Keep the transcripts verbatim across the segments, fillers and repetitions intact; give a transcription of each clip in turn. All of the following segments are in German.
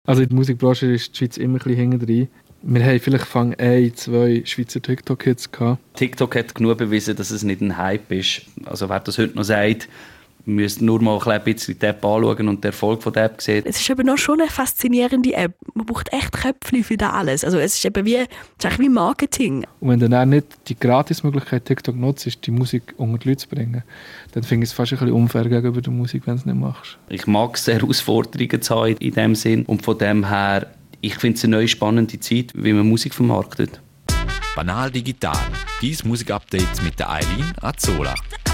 Also in der Musikbranche ist die Schweiz immer ein bisschen hinten drin. Wir haben vielleicht Fang ein, zwei Schweizer TikTok-Hits gehabt. TikTok hat genug bewiesen, dass es nicht ein Hype ist. Also wer das heute noch sagt, müsst nur mal ein bisschen die App anschauen und den Erfolg von der App sehen. Es ist eben noch schon eine faszinierende App. Man braucht echt Köpfe für das alles. Also es ist eben wie, es ist eigentlich wie Marketing. Und wenn du dann nicht die Gratis-Möglichkeit TikTok nutzt, die Musik unter die Leute zu bringen, dann finde ich es fast ein bisschen unfair gegenüber der Musik, wenn du es nicht machst. Ich mag es, Herausforderungen zu haben in diesem Sinn. Und von dem her, ich finde es eine neue spannende Zeit, wie man Musik vermarktet. Banal digital. Dein Musikupdate mit der Eileen Azola.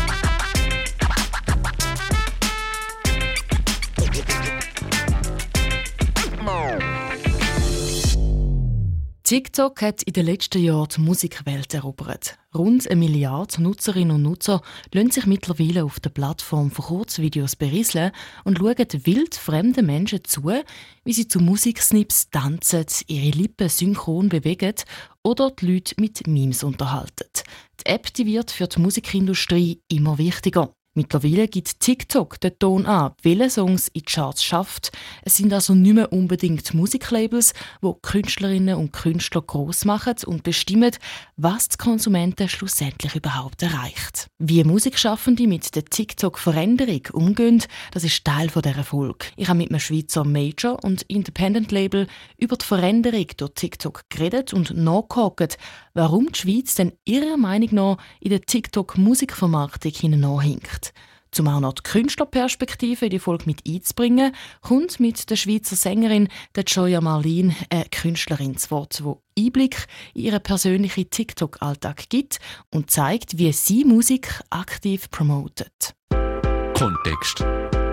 TikTok hat in den letzten Jahren die Musikwelt erobert. Rund eine Milliarde Nutzerinnen und Nutzer lassen sich mittlerweile auf der Plattform von Kurzvideos berieseln und schauen wild fremden Menschen zu, wie sie zu Musiksnips tanzen, ihre Lippen synchron bewegen oder die Leute mit Memes unterhalten. Die App die wird für die Musikindustrie immer wichtiger. Mittlerweile gibt TikTok den Ton an, welche Songs in die Charts schafft. Es sind also nicht mehr unbedingt Musiklabels, die Künstlerinnen und Künstler gross machen und bestimmen, was die Konsumenten schlussendlich überhaupt erreicht. Wie Musikschaffende mit der TikTok-Veränderung umgehen, das ist Teil dieser Erfolg. Ich habe mit einem Schweizer Major- und Independent-Label über die Veränderung durch TikTok geredet und nachgehakt, warum die Schweiz denn ihrer Meinung nach in der TikTok-Musikvermarktung hineinhinkt. Um auch noch die Künstlerperspektive in die Folge mit einzubringen, kommt mit der Schweizer Sängerin der Gioia Marlin eine Künstlerin zu Wort, die Einblick in ihren persönlichen TikTok-Alltag gibt und zeigt, wie sie Musik aktiv promotet. Kontext.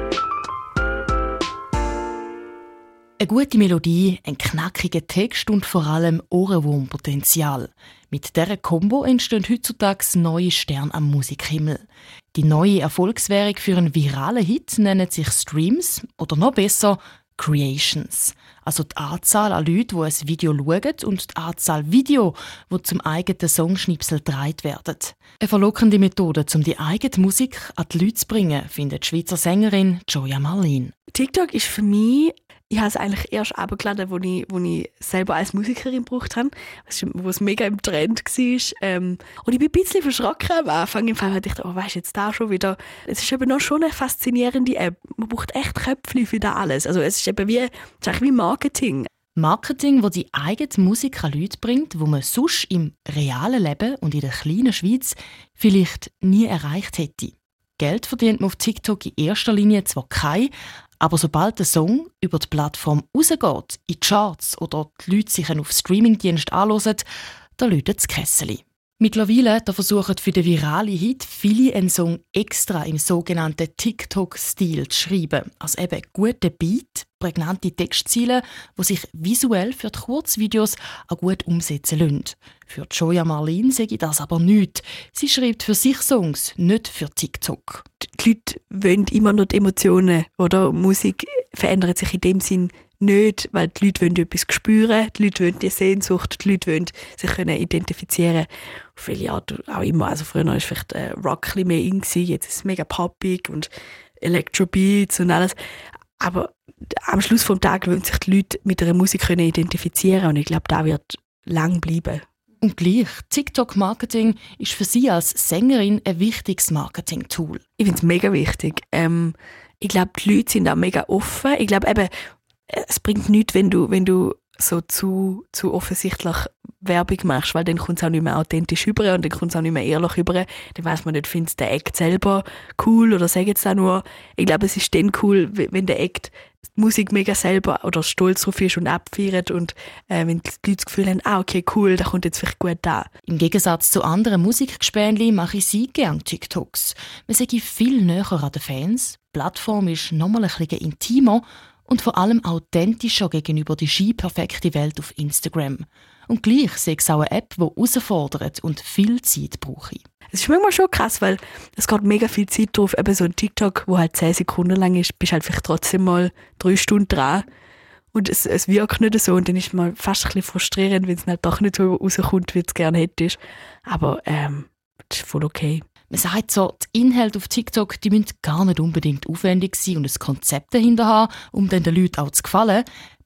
Eine gute Melodie, ein knackiger Text und vor allem Ohrwurmpotenzial. Mit dieser Kombo entstehen heutzutage neue Sterne am Musikhimmel. Die neue Erfolgswährung für einen viralen Hit nennt sich Streams oder noch besser Creations. Also die Anzahl an Leuten, die ein Video schauen und die Anzahl Video, die zum eigenen Songschnipsel gedreht werden. Eine verlockende Methode, um die eigene Musik an die Leute zu bringen, findet die Schweizer Sängerin Gioia Marlin. TikTok ist für mich, ich habe es eigentlich erst abgeladen, als ich, wo ich selber als Musikerin gebraucht habe, wo es mega im Trend war. Ähm, und ich bin ein bisschen verschrocken am Anfang. Im Fall dachte ich, oh, weißt du, jetzt da schon wieder. Es ist eben noch schon eine faszinierende App. Man braucht echt Köpfe für das alles. Also es ist eben wie, es ist eigentlich wie Marketing. Marketing, das die eigene Musik an Leute bringt, die man sonst im realen Leben und in der kleinen Schweiz vielleicht nie erreicht hätte. Geld verdient man auf TikTok in erster Linie zwar kein, aber sobald der Song über die Plattform rausgeht, in die Charts oder die Leute sich auf Streamingdienst anhören, da läutet das Kesseli. Mittlerweile da versuchen für den viralen Hit viele einen Song extra im sogenannten TikTok-Stil zu schreiben. Also eben gute Beat, prägnante Textziele, die sich visuell für die Kurzvideos auch gut umsetzen lassen. Für Gioia Marlin sage ich das aber nicht. Sie schreibt für sich Songs, nicht für TikTok. Die Leute wollen immer noch die Emotionen, oder? Musik verändert sich in dem Sinn nicht, weil die Leute wollen etwas spüren, die Leute wollen die Sehnsucht, die Leute wollen sich können identifizieren. Auf welche Art auch immer. Also früher war vielleicht äh, Rock mehr in, jetzt ist es mega poppig und Electrobeats und alles. Aber am Schluss des Tages wollen sich die Leute mit einer Musik können identifizieren und ich glaube, das wird lang bleiben. Und gleich, TikTok-Marketing ist für sie als Sängerin ein wichtiges Marketing-Tool. Ich finde es mega wichtig. Ähm, ich glaube, die Leute sind auch mega offen. Ich glaube eben, es bringt nichts, wenn du, wenn du so zu, zu offensichtlich Werbung machst, weil dann kommt es auch nicht mehr authentisch rüber und dann kommt es auch nicht mehr ehrlich rüber. Dann weiss man nicht, findet der Act selber cool oder sagt es auch nur. Ich glaube, es ist dann cool, wenn der Act die Musik mega selber oder stolz drauf ist und abfeiert und äh, wenn die Leute das Gefühl haben, ah, okay, cool, da kommt jetzt vielleicht gut da. Im Gegensatz zu anderen Musikgespänli mache ich sie gerne TikToks. Man sei viel näher an den Fans, die Plattform ist nochmal ein bisschen intimer und vor allem authentischer gegenüber der ski-perfekten Welt auf Instagram. Und gleich sehe ich auch eine App, die herausfordert und viel Zeit brauche. Es ist manchmal schon krass, weil es geht mega viel Zeit drauf. Eben so ein TikTok, wo halt zehn Sekunden lang ist, bist halt vielleicht trotzdem mal drei Stunden dran. Und es, es wirkt nicht so. Und dann ist man fast ein bisschen frustrierend, wenn es halt doch nicht so rauskommt, wie du es gerne hättest. Aber ähm, das ist voll okay. Man sagt so, die Inhalte auf TikTok die müssen gar nicht unbedingt aufwendig sein und ein Konzept dahinter haben, um dann den Leuten auch zu gefallen.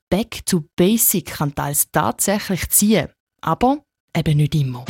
Back to Basic kann teils tatsächlich ziehen, aber eben nicht immer.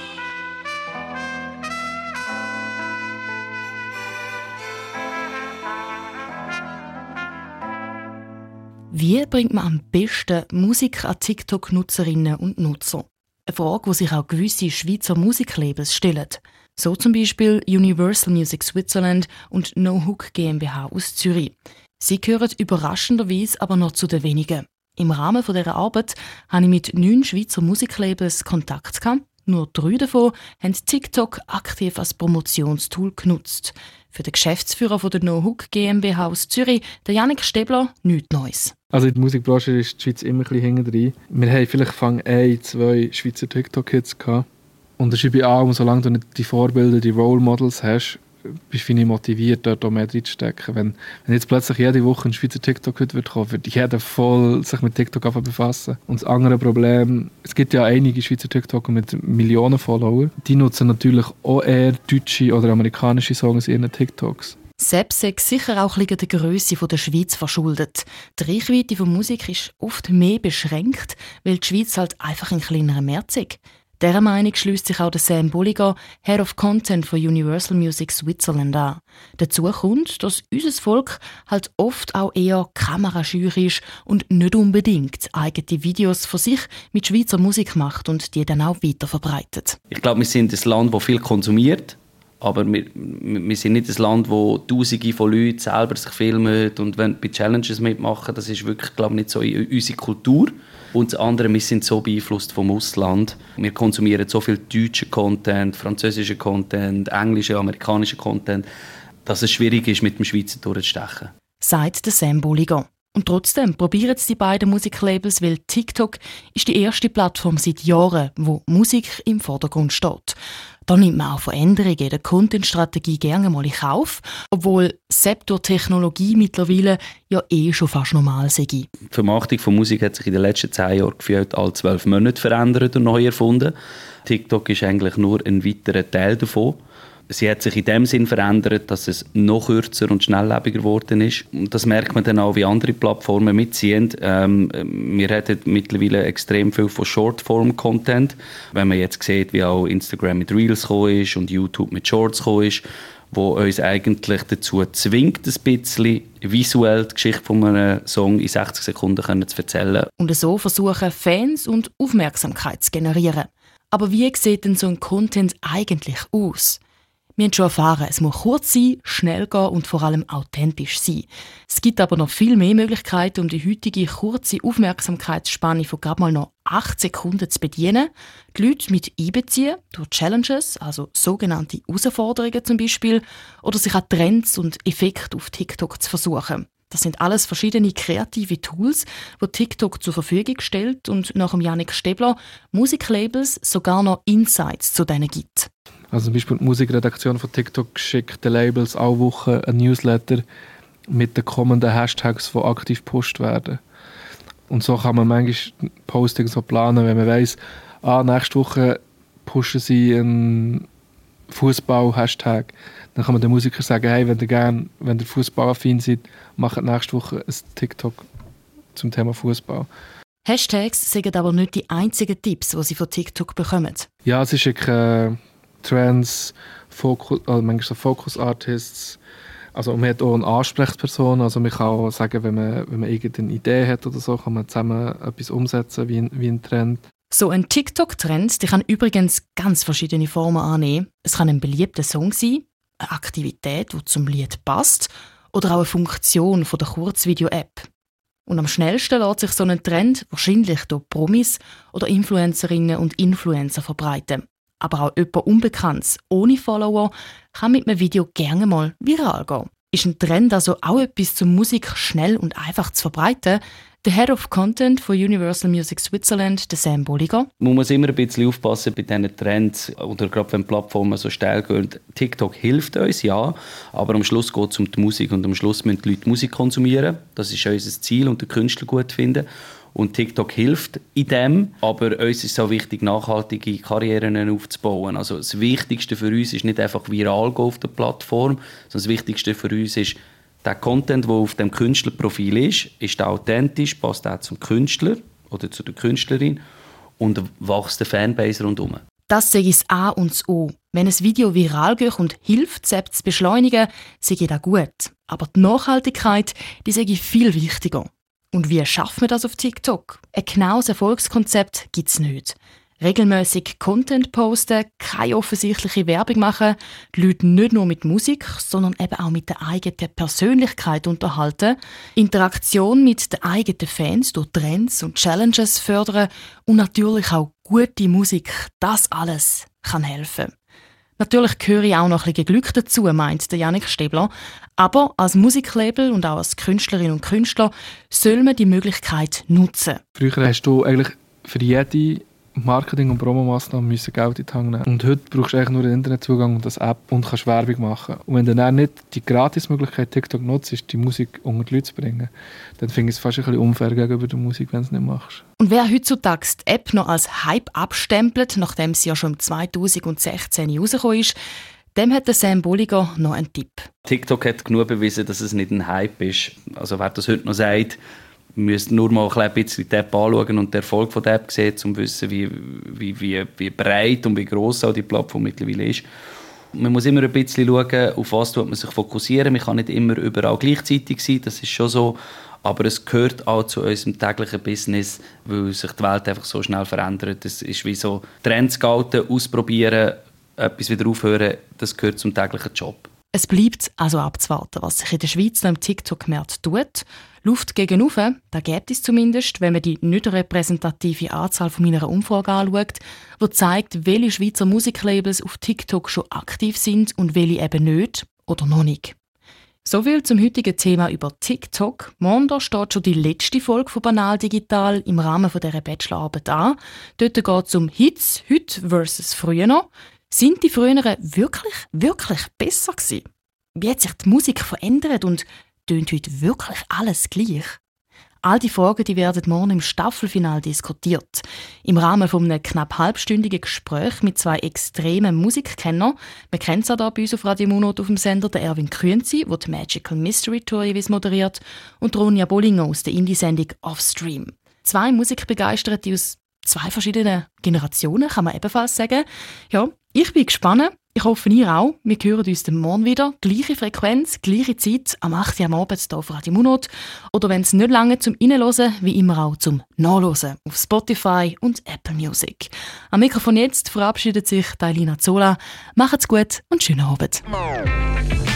Wie bringt man am besten Musik an TikTok-Nutzerinnen und Nutzer? Eine Frage, die sich auch gewisse Schweizer Musiklabels stellen. So zum Beispiel Universal Music Switzerland und No Hook GmbH aus Zürich. Sie gehören überraschenderweise aber noch zu den wenigen. Im Rahmen dieser Arbeit hatte ich mit neun Schweizer Musiklabels Kontakt gehabt. Nur drei davon haben TikTok aktiv als Promotionstool genutzt. Für den Geschäftsführer von der No Hook GmbH aus Zürich, der Jannik Stebler, nichts Neues. Also in der Musikbranche ist die Schweiz immer ein bisschen hinten drin. Wir haben vielleicht Fang ein, zwei Schweizer TikTok-Hits gehabt. Und das ist bei allem, solange du nicht die Vorbilder, die Role Models hast, bist du motiviert, dort auch mehr reinzustecken. Wenn, wenn jetzt plötzlich jede Woche ein Schweizer TikTok-Hit wird kommen, wird jeder voll sich mit TikTok befassen. Und das andere Problem, es gibt ja einige Schweizer TikToker mit Millionen Follower, die nutzen natürlich auch eher deutsche oder amerikanische Songs in ihren TikToks. Selbst ist sicher auch der Grösse der Schweiz verschuldet. Die Reichweite von Musik ist oft mehr beschränkt, weil die Schweiz halt einfach ein kleinerer Markt ist. Dieser Meinung schliesst sich auch der Sam Bulliger, Head of Content von Universal Music Switzerland, an. Dazu kommt, dass unser Volk halt oft auch eher kamerascheu ist und nicht unbedingt eigene Videos von sich mit Schweizer Musik macht und die dann auch weiterverbreitet. Ich glaube, wir sind ein Land, das viel konsumiert, aber wir, wir sind nicht ein Land, wo Tausende von Leuten selber sich filmen und bei Challenges mitmachen. Das ist wirklich, glaube ich, nicht so in unsere Kultur. Und das andere, wir sind so beeinflusst vom Ausland. Wir konsumieren so viel deutschen Content, französischen Content, englischen, amerikanischen Content, dass es schwierig ist, mit dem Schweizer durchzustechen. Sagt der Sam Bulliger. Und trotzdem probieren es die beiden Musiklabels, weil TikTok ist die erste Plattform seit Jahren, wo Musik im Vordergrund steht. Da nimmt man auch Veränderungen in der Content-Strategie gerne mal in Kauf, obwohl selbst durch Technologie mittlerweile ja eh schon fast normal sei. Die Vermarktung von Musik hat sich in den letzten zehn Jahren gefühlt alle zwölf Monate verändert und neu erfunden. TikTok ist eigentlich nur ein weiterer Teil davon. Sie hat sich in dem Sinn verändert, dass es noch kürzer und schnelllebiger geworden ist. Und das merkt man dann auch, wie andere Plattformen mitziehen. Ähm, wir reden mittlerweile extrem viel von Shortform-Content. Wenn man jetzt sieht, wie auch Instagram mit Reels gekommen ist und YouTube mit Shorts gekommen ist, wo uns eigentlich dazu zwingt, ein bisschen visuell die Geschichte von einem Song in sechzig Sekunden zu erzählen. Und so versuchen Fans und Aufmerksamkeit zu generieren. Aber wie sieht denn so ein Content eigentlich aus? Wir haben schon erfahren, es muss kurz sein, schnell gehen und vor allem authentisch sein. Es gibt aber noch viel mehr Möglichkeiten, um die heutige kurze Aufmerksamkeitsspanne von gerade mal noch acht Sekunden zu bedienen, die Leute mit einbeziehen, durch Challenges, also sogenannte Herausforderungen zum Beispiel, oder sich an Trends und Effekte auf TikTok zu versuchen. Das sind alles verschiedene kreative Tools, die TikTok zur Verfügung stellt und nach dem Jannik Stebler Musiklabels sogar noch Insights zu denen gibt. Also zum Beispiel die Musikredaktion von TikTok schickt den Labels alle Woche ein Newsletter mit den kommenden Hashtags, die aktiv gepostet werden. Und so kann man manchmal Postings so planen, wenn man weiss, ah, nächste Woche pushen sie einen Fußball-Hashtag. Dann kann man den Musikern sagen, hey, wenn ihr gerne, wenn ihr fußballaffin seid, macht nächste Woche ein TikTok zum Thema Fußball. Hashtags sind aber nicht die einzigen Tipps, die sie von TikTok bekommen. Ja, sie schicken äh, Trends, Focus, also manchmal so Focus-Artists. Also man hat auch eine Ansprechperson. Also man kann auch sagen, wenn man, wenn man irgendeine Idee hat oder so, kann man zusammen etwas umsetzen, wie ein, wie ein Trend. So ein TikTok-Trend, der kann übrigens ganz verschiedene Formen annehmen. Es kann ein beliebter Song sein, eine Aktivität, die zum Lied passt, oder auch eine Funktion von der Kurzvideo-App. Und am schnellsten lässt sich so ein Trend wahrscheinlich durch Promis oder Influencerinnen und Influencer verbreiten. Aber auch jemand Unbekanntes, ohne Follower, kann mit einem Video gerne mal viral gehen. Ist ein Trend also auch etwas, zur Musik schnell und einfach zu verbreiten? Der Head of Content von Universal Music Switzerland, der Sam Bulliger. Man muss immer ein bisschen aufpassen bei diesen Trends, oder gerade wenn Plattformen so steil gehen. TikTok hilft uns, ja, aber am Schluss geht es um die Musik und am Schluss müssen die Leute Musik konsumieren. Das ist unser Ziel und den Künstler gut finden. Und TikTok hilft in dem, aber uns ist es auch wichtig, nachhaltige Karrieren aufzubauen. Also das Wichtigste für uns ist nicht einfach viral gehen auf der Plattform, sondern das Wichtigste für uns ist, Der Content, der auf dem Künstlerprofil ist, ist authentisch, passt auch zum Künstler oder zu der Künstlerin und wächst der Fanbase rundherum. Das sei das A und das O. Wenn ein Video viral geht und hilft, es zu beschleunigen, sei das gut. Aber die Nachhaltigkeit, die sei viel wichtiger. Und wie schafft man das auf TikTok? Ein genaues Erfolgskonzept gibt es nicht. Regelmäßig Content posten, keine offensichtliche Werbung machen, die Leute nicht nur mit Musik, sondern eben auch mit der eigenen Persönlichkeit unterhalten, Interaktion mit den eigenen Fans durch Trends und Challenges fördern und natürlich auch gute Musik, das alles kann helfen. Natürlich gehöre ich auch noch ein bisschen Glück dazu, meint der Jannik Stäbler. Aber als Musiklabel und auch als Künstlerin und Künstler soll man die Möglichkeit nutzen. Früher hast du eigentlich für jede Marketing- und Promomaßnahmen müssen Geld in die Hand nehmen. Und heute brauchst du eigentlich nur den Internetzugang und das App und kannst Werbung machen. Und wenn du dann nicht die Gratismöglichkeit TikTok nutzt, die Musik unter die Leute zu bringen, dann finde ich es fast ein bisschen unfair gegenüber der Musik, wenn du es nicht machst. Und wer heutzutage die App noch als Hype abstempelt, nachdem sie ja schon zweitausendsechzehn rausgekommen ist, dem hat der Sam Bolliger noch einen Tipp. TikTok hat genug bewiesen, dass es nicht ein Hype ist. Also wer das heute noch sagt, müsst nur mal ein bisschen die App anschauen und den Erfolg von der App sehen, um zu wissen, wie, wie, wie, wie breit und wie gross auch die Plattform mittlerweile ist. Man muss immer ein bisschen schauen, auf was man sich fokussieren. Man kann nicht immer überall gleichzeitig sein, das ist schon so. Aber es gehört auch zu unserem täglichen Business, weil sich die Welt einfach so schnell verändert. Es ist wie so Trends gelten, ausprobieren, etwas wieder aufhören, das gehört zum täglichen Job. Es bleibt also abzuwarten, was sich in der Schweiz noch im TikTok-Markt tut. Luft gegen oben, da gibt es zumindest, wenn man die nicht repräsentative Anzahl von meiner Umfrage anschaut, die zeigt, welche Schweizer Musiklabels auf TikTok schon aktiv sind und welche eben nicht oder noch nicht. Soviel zum heutigen Thema über TikTok. Morgen steht schon die letzte Folge von Banal Digital im Rahmen dieser Bachelorarbeit an. Dort geht es um Hits, heute versus früher noch. Sind die früheren wirklich, wirklich besser gewesen? Wie hat sich die Musik verändert und tönt heute wirklich alles gleich? All die Fragen die werden morgen im Staffelfinale diskutiert. Im Rahmen von einem knapp halbstündigen Gespräch mit zwei extremen Musikkennern. Man kennt es auch hier bei uns auf Radio Monat auf dem Sender, der Erwin Künzi, der die Magical Mystery Tour moderiert, und Ronja Bollinger aus der Indie-Sendung Offstream. Zwei Musikbegeisterte aus zwei verschiedenen Generationen, kann man ebenfalls sagen. Ja, ich bin gespannt. Ich hoffe, ihr auch. Wir hören uns dann morgen wieder. Gleiche Frequenz, gleiche Zeit, am acht Uhr am Abend hier auf Radio Monat. Oder wenn es nicht lange zum Reinhören, wie immer auch zum Nachhören auf Spotify und Apple Music. Am Mikrofon jetzt verabschiedet sich Dailina Zola. Macht's gut und schönen Abend.